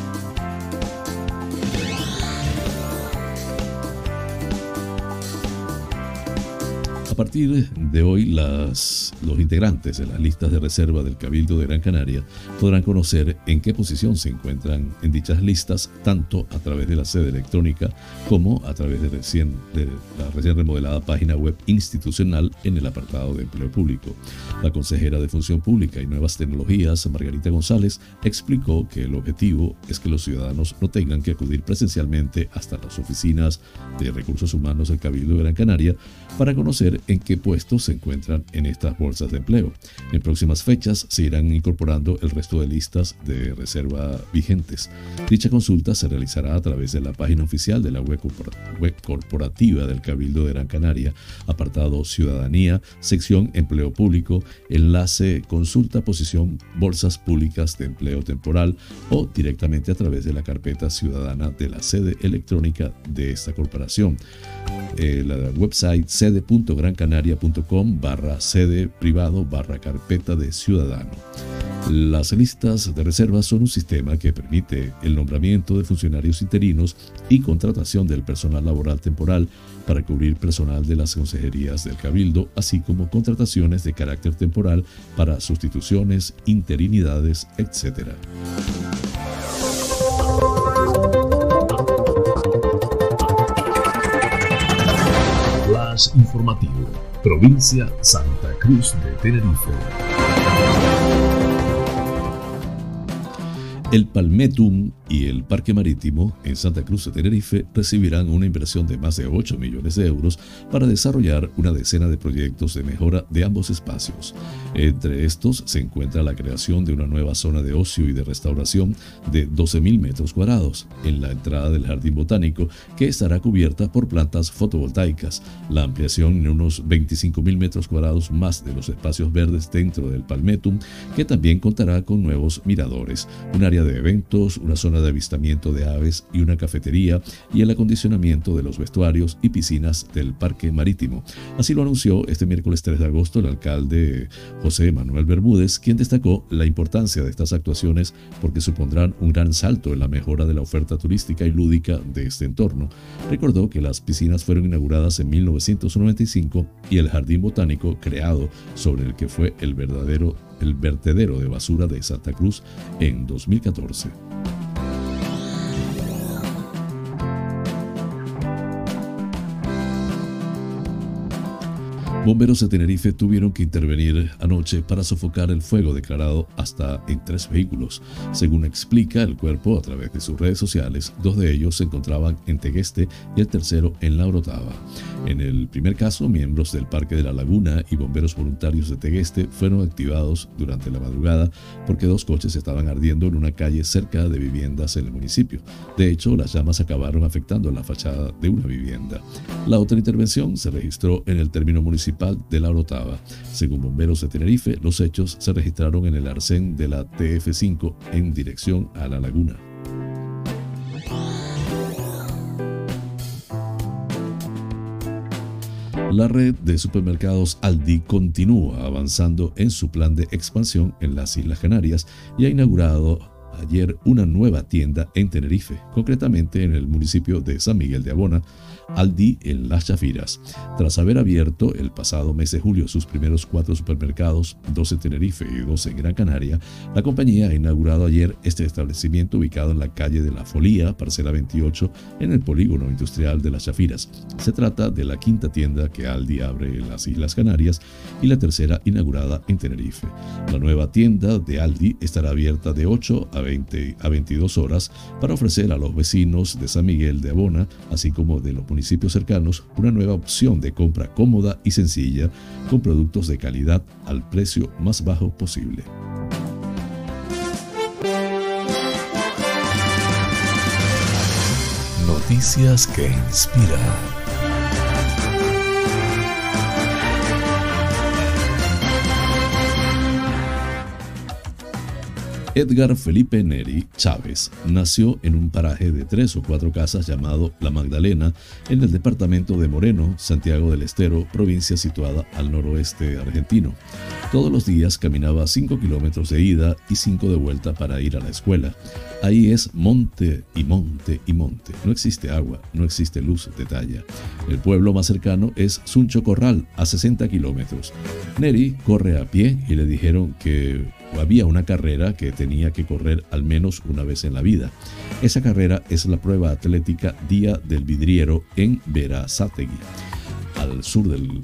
A partir de hoy, los integrantes de las listas de reserva del Cabildo de Gran Canaria podrán conocer en qué posición se encuentran en dichas listas, tanto a través de la sede electrónica como a través de la recién remodelada página web institucional en el apartado de empleo público. La consejera de Función Pública y Nuevas Tecnologías, Margarita González, explicó que el objetivo es que los ciudadanos no tengan que acudir presencialmente hasta las oficinas de Recursos Humanos del Cabildo de Gran Canaria para conocer en qué puestos se encuentran en estas bolsas de empleo. En próximas fechas se irán incorporando el resto de listas de reserva vigentes. Dicha consulta se realizará a través de la página oficial de la web corporativa del Cabildo de Gran Canaria, apartado Ciudadanía, sección Empleo Público, enlace Consulta posición Bolsas Públicas de Empleo Temporal, o directamente a través de la carpeta ciudadana de la sede electrónica de esta corporación. La website sede.grancanaria.com/sede privado/carpeta de ciudadano. Las listas de reservas son un sistema que permite el nombramiento de funcionarios interinos y contratación del personal laboral temporal para cubrir personal de las consejerías del Cabildo, así como contrataciones de carácter temporal para sustituciones, interinidades, etc. Informativo, provincia Santa Cruz de Tenerife. El Palmetum y el Parque Marítimo en Santa Cruz de Tenerife recibirán una inversión de más de 8 millones de euros para desarrollar una decena de proyectos de mejora de ambos espacios. Entre estos se encuentra la creación de una nueva zona de ocio y de restauración de 12.000 metros cuadrados en la entrada del Jardín Botánico, que estará cubierta por plantas fotovoltaicas, la ampliación en unos 25.000 metros cuadrados más de los espacios verdes dentro del Palmetum, que también contará con nuevos miradores, un área de eventos, una zona de avistamiento de aves y una cafetería, y el acondicionamiento de los vestuarios y piscinas del Parque Marítimo. Así lo anunció este miércoles 3 de agosto el alcalde José Manuel Bermúdez, quien destacó la importancia de estas actuaciones porque supondrán un gran salto en la mejora de la oferta turística y lúdica de este entorno. Recordó que las piscinas fueron inauguradas en 1995 y el Jardín Botánico creado sobre el que fue el vertedero de basura de Santa Cruz en 2014. Bomberos de Tenerife tuvieron que intervenir anoche para sofocar el fuego declarado hasta en 3 vehículos. Según explica el cuerpo a través de sus redes sociales, 2 de ellos se encontraban en Tegueste y el tercero en La Orotava. En el primer caso, miembros del Parque de la Laguna y bomberos voluntarios de Tegueste fueron activados durante la madrugada porque 2 coches estaban ardiendo en una calle cerca de viviendas en el municipio. De hecho, las llamas acabaron afectando la fachada de una vivienda. La otra intervención se registró en el término municipal de La Orotava. Según bomberos de Tenerife, los hechos se registraron en el arcén de la TF5 en dirección a La Laguna. La red de supermercados Aldi continúa avanzando en su plan de expansión en las Islas Canarias y ha inaugurado ayer una nueva tienda en Tenerife, concretamente en el municipio de San Miguel de Abona, Aldi en Las Chafiras. Tras haber abierto el pasado mes de julio sus primeros 4 supermercados, 2 en Tenerife y 2 en Gran Canaria, la compañía ha inaugurado ayer este establecimiento ubicado en la calle de la Folía, parcela 28, en el polígono industrial de Las Chafiras. Se trata de la 5ª tienda que Aldi abre en las Islas Canarias y la tercera inaugurada en Tenerife. La nueva tienda de Aldi estará abierta de 8 a 22 horas para ofrecer a los vecinos de San Miguel de Abona, así como de los municipios cercanos, una nueva opción de compra cómoda y sencilla con productos de calidad al precio más bajo posible. Noticias que inspiran. Edgar Felipe Neri Chávez nació en un paraje de 3 o 4 casas llamado La Magdalena, en el departamento de Moreno, Santiago del Estero, provincia situada al noroeste argentino. Todos los días caminaba 5 kilómetros de ida y 5 de vuelta para ir a la escuela. Ahí es monte y monte y monte. No existe agua, no existe luz, detalla. El pueblo más cercano es Suncho Corral, a 60 kilómetros. Neri corre a pie y le dijeron que había una carrera que tenía que correr al menos una vez en la vida. Esa carrera es la prueba atlética Día del Vidriero en Berazategui, al sur del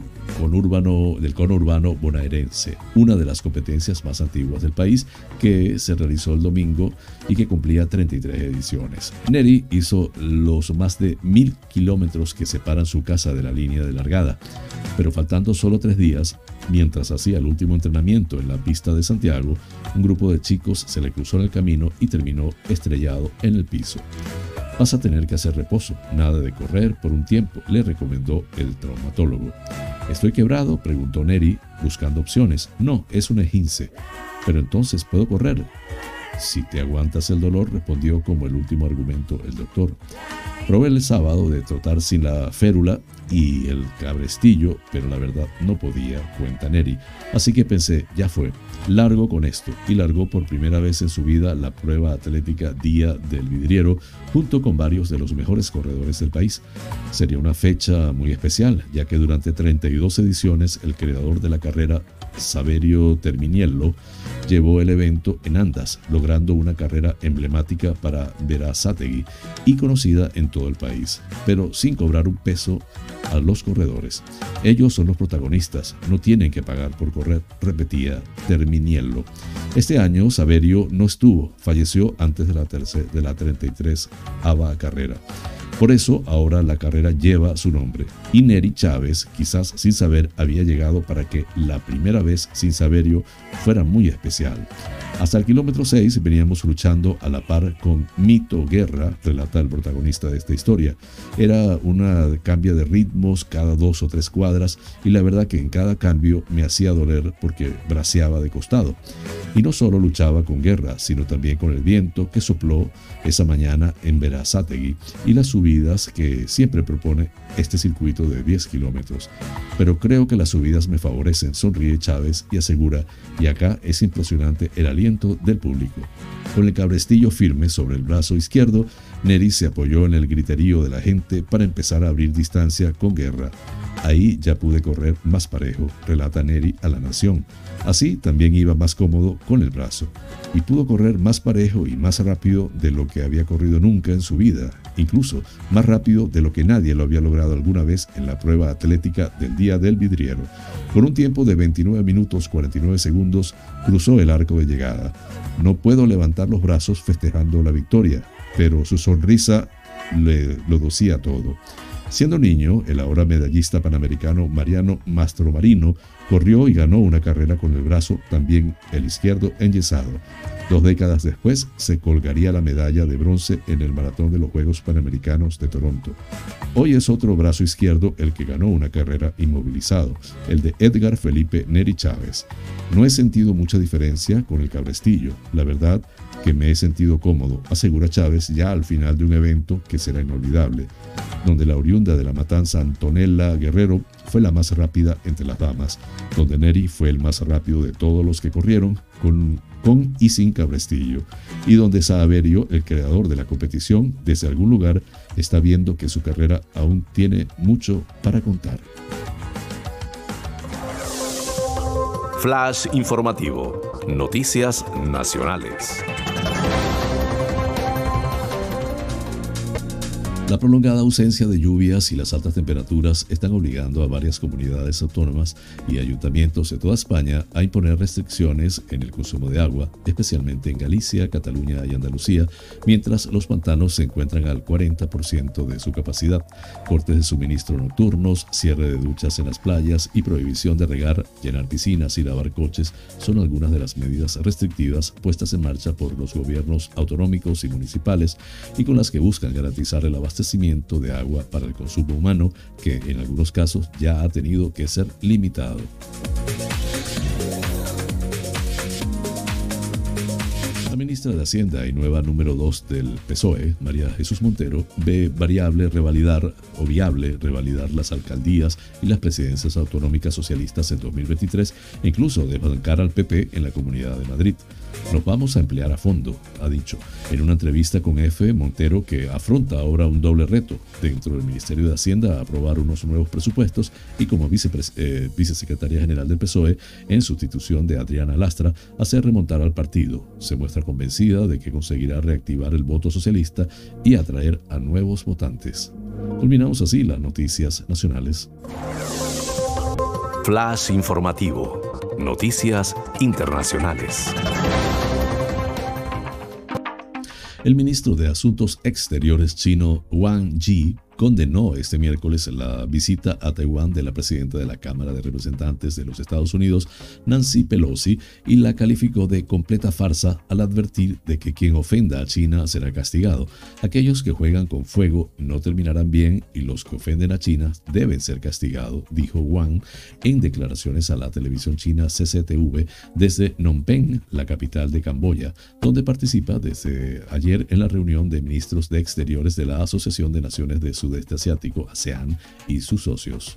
conurbano bonaerense, una de las competencias más antiguas del país, que se realizó el domingo y que cumplía 33 ediciones. Neri hizo los más de 1000 kilómetros que separan su casa de la línea de largada, pero faltando solo 3 días, mientras hacía el último entrenamiento en la pista de Santiago, un grupo de chicos se le cruzó en el camino y terminó estrellado en el piso. Vas a tener que hacer reposo, nada de correr por un tiempo, le recomendó el traumatólogo. ¿Estoy quebrado?, preguntó Neri, buscando opciones. No, es un esguince. Pero entonces, ¿puedo correr? Si te aguantas el dolor, respondió como el último argumento el doctor. Probé el sábado de trotar sin la férula y el cabrestillo, pero la verdad no podía, cuenta Neri. Así que pensé, ya fue, largo con esto. Y largó por primera vez en su vida la prueba atlética Día del Vidriero, junto con varios de los mejores corredores del país. Sería una fecha muy especial, ya que durante 32 ediciones el creador de la carrera, Saverio Terminiello, llevó el evento en andas, logrando una carrera emblemática para Berazategui y conocida en todo el país, pero sin cobrar un peso a los corredores. Ellos son los protagonistas, no tienen que pagar por correr, repetía Terminiello. Este año Saverio no estuvo, falleció antes de la 33ª carrera. Por eso ahora la carrera lleva su nombre. Y Neri Chávez, quizás sin saber, había llegado para que la primera vez sin Saverio fuera muy especial. Hasta el kilómetro 6 veníamos luchando a la par con Mito Guerra, relata el protagonista de esta historia. Era una cambio de ritmos cada 2 o 3 cuadras y la verdad que en cada cambio me hacía doler porque braceaba de costado. Y no solo luchaba con Guerra, sino también con el viento que sopló esa mañana en Berazategui y las subidas que siempre propone este circuito de 10 kilómetros. Pero creo que las subidas me favorecen, sonríe Chávez y asegura, y acá es impresionante el aliento del público. Con el cabrestillo firme sobre el brazo izquierdo, Neri se apoyó en el griterío de la gente para empezar a abrir distancia con Guerra. Ahí ya pude correr más parejo, relata Neri a La Nación. Así también iba más cómodo con el brazo. y pudo correr más parejo y más rápido de lo que había corrido nunca en su vida, incluso más rápido de lo que nadie lo había logrado alguna vez en la prueba atlética del Día del Vidriero. Con un tiempo de 29 minutos 49 segundos cruzó el arco de llegada. No puedo levantar los brazos festejando la victoria, pero su sonrisa lo decía todo. Siendo niño, el ahora medallista panamericano Mariano Mastromarino corrió y ganó una carrera con el brazo, también el izquierdo, enyesado. 2 décadas después se colgaría la medalla de bronce en el maratón de los Juegos Panamericanos de Toronto. Hoy es otro brazo izquierdo el que ganó una carrera inmovilizado, el de Edgar Felipe Neri Chávez. No he sentido mucha diferencia con el cabrestillo. La verdad que me he sentido cómodo, asegura Chávez ya al final de un evento que será inolvidable, donde la oriunda de La Matanza, Antonella Guerrero, fue la más rápida entre las damas, donde Neri fue el más rápido de todos los que corrieron con y sin cabrestillo, y donde Saverio, el creador de la competición, desde algún lugar está viendo que su carrera aún tiene mucho para contar. Flash informativo. Noticias nacionales. La prolongada ausencia de lluvias y las altas temperaturas están obligando a varias comunidades autónomas y ayuntamientos de toda España a imponer restricciones en el consumo de agua, especialmente en Galicia, Cataluña y Andalucía, mientras los pantanos se encuentran al 40% de su capacidad. Cortes de suministro nocturnos, cierre de duchas en las playas y prohibición de regar, llenar piscinas y lavar coches son algunas de las medidas restrictivas puestas en marcha por los gobiernos autonómicos y municipales y con las que buscan garantizar el abastecimiento de agua para el consumo humano, que en algunos casos ya ha tenido que ser limitado. La ministra de Hacienda y nueva número 2 del PSOE, María Jesús Montero, ve viable revalidar las alcaldías y las presidencias autonómicas socialistas en 2023 e incluso desbancar al PP en la Comunidad de Madrid. Nos vamos a emplear a fondo, ha dicho. En una entrevista con EFE, Montero, que afronta ahora un doble reto dentro del Ministerio de Hacienda, aprobar unos nuevos presupuestos y como vicesecretaria general del PSOE, en sustitución de Adriana Lastra, hacer remontar al partido. Se muestra convencida de que conseguirá reactivar el voto socialista y atraer a nuevos votantes. Culminamos así las noticias nacionales. Flash informativo. Noticias internacionales. El ministro de Asuntos Exteriores chino Wang Yi condenó este miércoles la visita a Taiwán de la presidenta de la Cámara de Representantes de los Estados Unidos, Nancy Pelosi, y la calificó de completa farsa al advertir de que quien ofenda a China será castigado. Aquellos que juegan con fuego no terminarán bien y los que ofenden a China deben ser castigados, dijo Wang en declaraciones a la televisión china CCTV desde Phnom Penh, la capital de Camboya, donde participa desde ayer en la reunión de ministros de Exteriores de la Asociación de Naciones de Sudeste Asiático, ASEAN, y sus socios.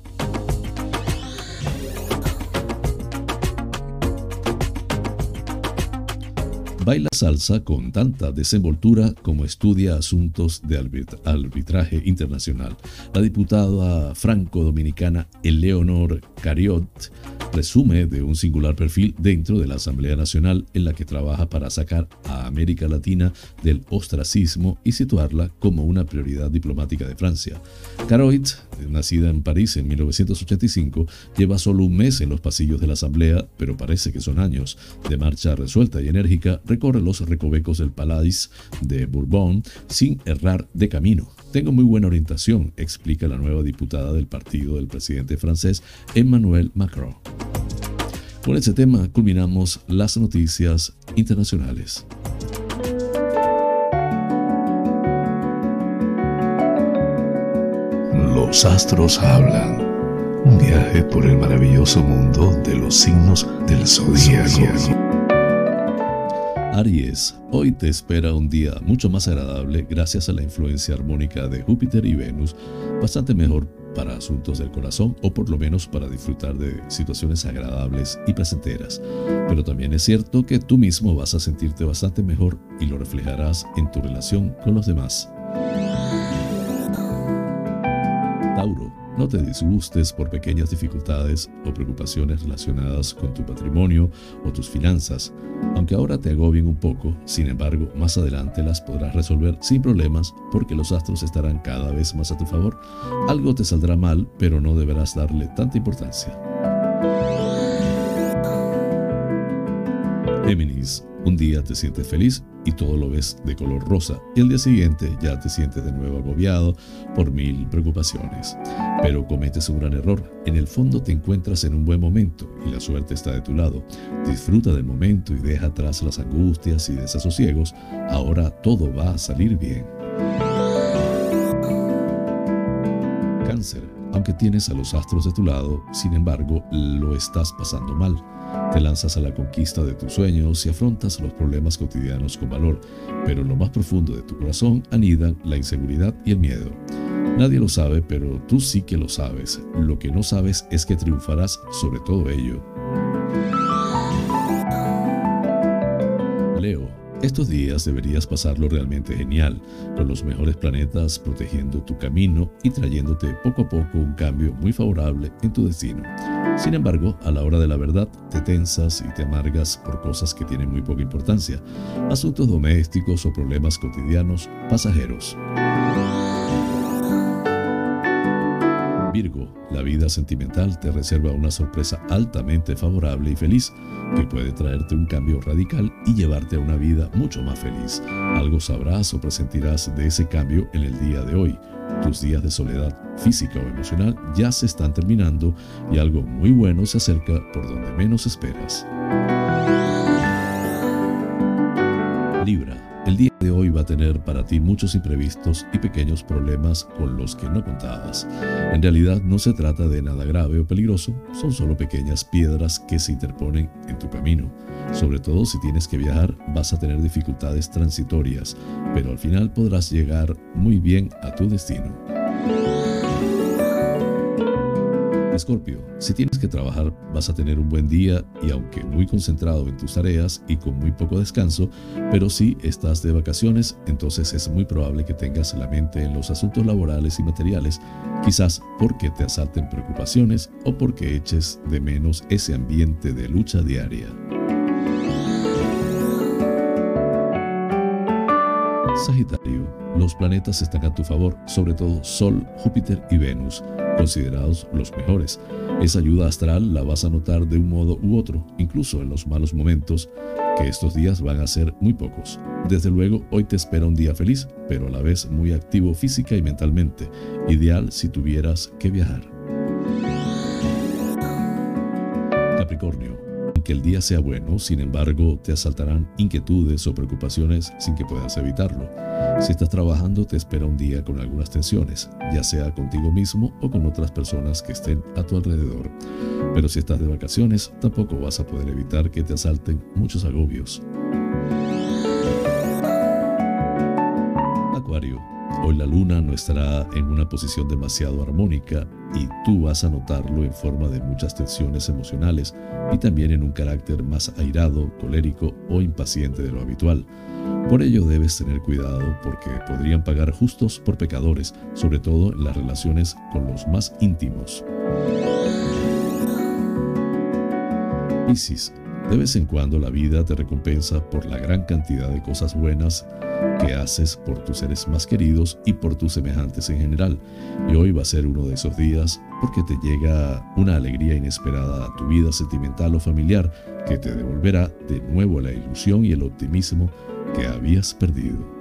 Baila salsa con tanta desenvoltura como estudia asuntos de arbitraje internacional. La diputada franco-dominicana Eleonor Cariot presume de un singular perfil dentro de la Asamblea Nacional en la que trabaja para sacar a América Latina del ostracismo y situarla como una prioridad diplomática de Francia. Cariot, nacida en París en 1985, lleva solo un mes en los pasillos de la Asamblea, pero parece que son años. De marcha resuelta y enérgica, recorre los recovecos del Palais de Bourbon sin errar de camino. Tengo muy buena orientación, explica la nueva diputada del partido del presidente francés Emmanuel Macron. Con este tema culminamos las noticias internacionales. Los astros hablan. Un viaje por el maravilloso mundo de los signos del zodíaco. Aries, hoy te espera un día mucho más agradable gracias a la influencia armónica de Júpiter y Venus, bastante mejor para asuntos del corazón o por lo menos para disfrutar de situaciones agradables y placenteras. Pero también es cierto que tú mismo vas a sentirte bastante mejor y lo reflejarás en tu relación con los demás. Tauro, No te disgustes por pequeñas dificultades o preocupaciones relacionadas con tu patrimonio o tus finanzas. Aunque ahora te agobien un poco, sin embargo, más adelante las podrás resolver sin problemas porque los astros estarán cada vez más a tu favor. Algo te saldrá mal, pero no deberás darle tanta importancia. Géminis, un día te sientes feliz y todo lo ves de color rosa, y el día siguiente ya te sientes de nuevo agobiado por 1000 preocupaciones. Pero cometes un gran error. En el fondo te encuentras en un buen momento y la suerte está de tu lado. Disfruta del momento y deja atrás las angustias y desasosiegos. Ahora todo va a salir bien. Cáncer, aunque tienes a los astros de tu lado, sin embargo, lo estás pasando mal. Te lanzas a la conquista de tus sueños y afrontas los problemas cotidianos con valor, pero en lo más profundo de tu corazón anidan la inseguridad y el miedo. Nadie lo sabe, pero tú sí que lo sabes. Lo que no sabes es que triunfarás sobre todo ello. Leo, estos días deberías pasarlo realmente genial, con los mejores planetas protegiendo tu camino y trayéndote poco a poco un cambio muy favorable en tu destino. Sin embargo, a la hora de la verdad, te tensas y te amargas por cosas que tienen muy poca importancia, asuntos domésticos o problemas cotidianos pasajeros. Virgo, la vida sentimental te reserva una sorpresa altamente favorable y feliz, que puede traerte un cambio radical y llevarte a una vida mucho más feliz. Algo sabrás o presentirás de ese cambio en el día de hoy. Tus días de soledad física o emocional ya se están terminando y algo muy bueno se acerca por donde menos esperas. Libra, el día de hoy va a tener para ti muchos imprevistos y pequeños problemas con los que no contabas. En realidad no se trata de nada grave o peligroso, son solo pequeñas piedras que se interponen en tu camino. Sobre todo si tienes que viajar, vas a tener dificultades transitorias, pero al final podrás llegar muy bien a tu destino. Escorpio, si tienes que trabajar, vas a tener un buen día y aunque muy concentrado en tus tareas y con muy poco descanso, pero si estás de vacaciones, entonces es muy probable que tengas la mente en los asuntos laborales y materiales, quizás porque te asalten preocupaciones o porque eches de menos ese ambiente de lucha diaria. Sagitario, los planetas están a tu favor, sobre todo Sol, Júpiter y Venus, considerados los mejores. Esa ayuda astral la vas a notar de un modo u otro, incluso en los malos momentos, que estos días van a ser muy pocos. Desde luego, hoy te espera un día feliz, pero a la vez muy activo física y mentalmente, ideal si tuvieras que viajar. Capricornio, aunque el día sea bueno, sin embargo, te asaltarán inquietudes o preocupaciones sin que puedas evitarlo. Si estás trabajando, te espera un día con algunas tensiones, ya sea contigo mismo o con otras personas que estén a tu alrededor. Pero si estás de vacaciones, tampoco vas a poder evitar que te asalten muchos agobios. Acuario, hoy la luna no estará en una posición demasiado armónica y tú vas a notarlo en forma de muchas tensiones emocionales y también en un carácter más airado, colérico o impaciente de lo habitual. Por ello debes tener cuidado porque podrían pagar justos por pecadores, sobre todo en las relaciones con los más íntimos. Piscis, de vez en cuando la vida te recompensa por la gran cantidad de cosas buenas que haces por tus seres más queridos y por tus semejantes en general. Y hoy va a ser uno de esos días porque te llega una alegría inesperada a tu vida sentimental o familiar que te devolverá de nuevo la ilusión y el optimismo que habías perdido.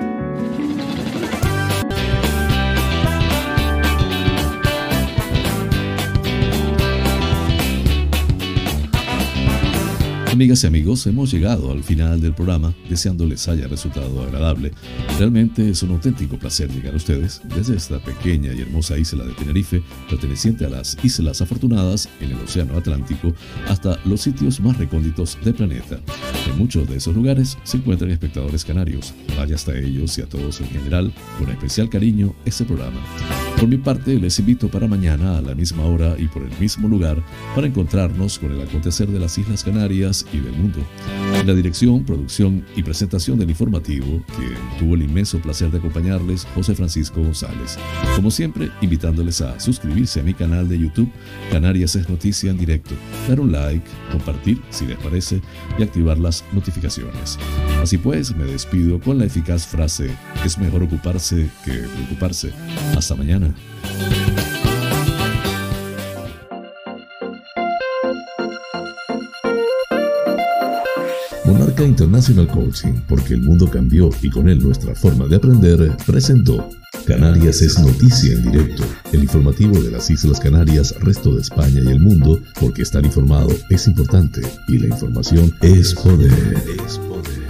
Amigas y amigos, hemos llegado al final del programa, deseando les haya resultado agradable. Realmente es un auténtico placer llegar a ustedes desde esta pequeña y hermosa isla de Tenerife, perteneciente a las Islas Afortunadas en el Océano Atlántico, hasta los sitios más recónditos del planeta. En muchos de esos lugares se encuentran espectadores canarios. Vaya hasta ellos y a todos en general, con especial cariño, este programa. Por mi parte, les invito para mañana a la misma hora y por el mismo lugar para encontrarnos con el acontecer de las Islas Canarias y del mundo. En la dirección, producción y presentación del informativo, que tuvo el inmenso placer de acompañarles, José Francisco González. Como siempre, invitándoles a suscribirse a mi canal de YouTube, Canarias es Noticia en Directo, dar un like, compartir si les parece y activar las notificaciones. Así pues, me despido con la eficaz frase: es mejor ocuparse que preocuparse. Hasta mañana. Monarca International Coaching, porque el mundo cambió y con él nuestra forma de aprender, presentó Canarias es Noticia en Directo, el informativo de las Islas Canarias, resto de España y el mundo, porque estar informado es importante y la información es poder.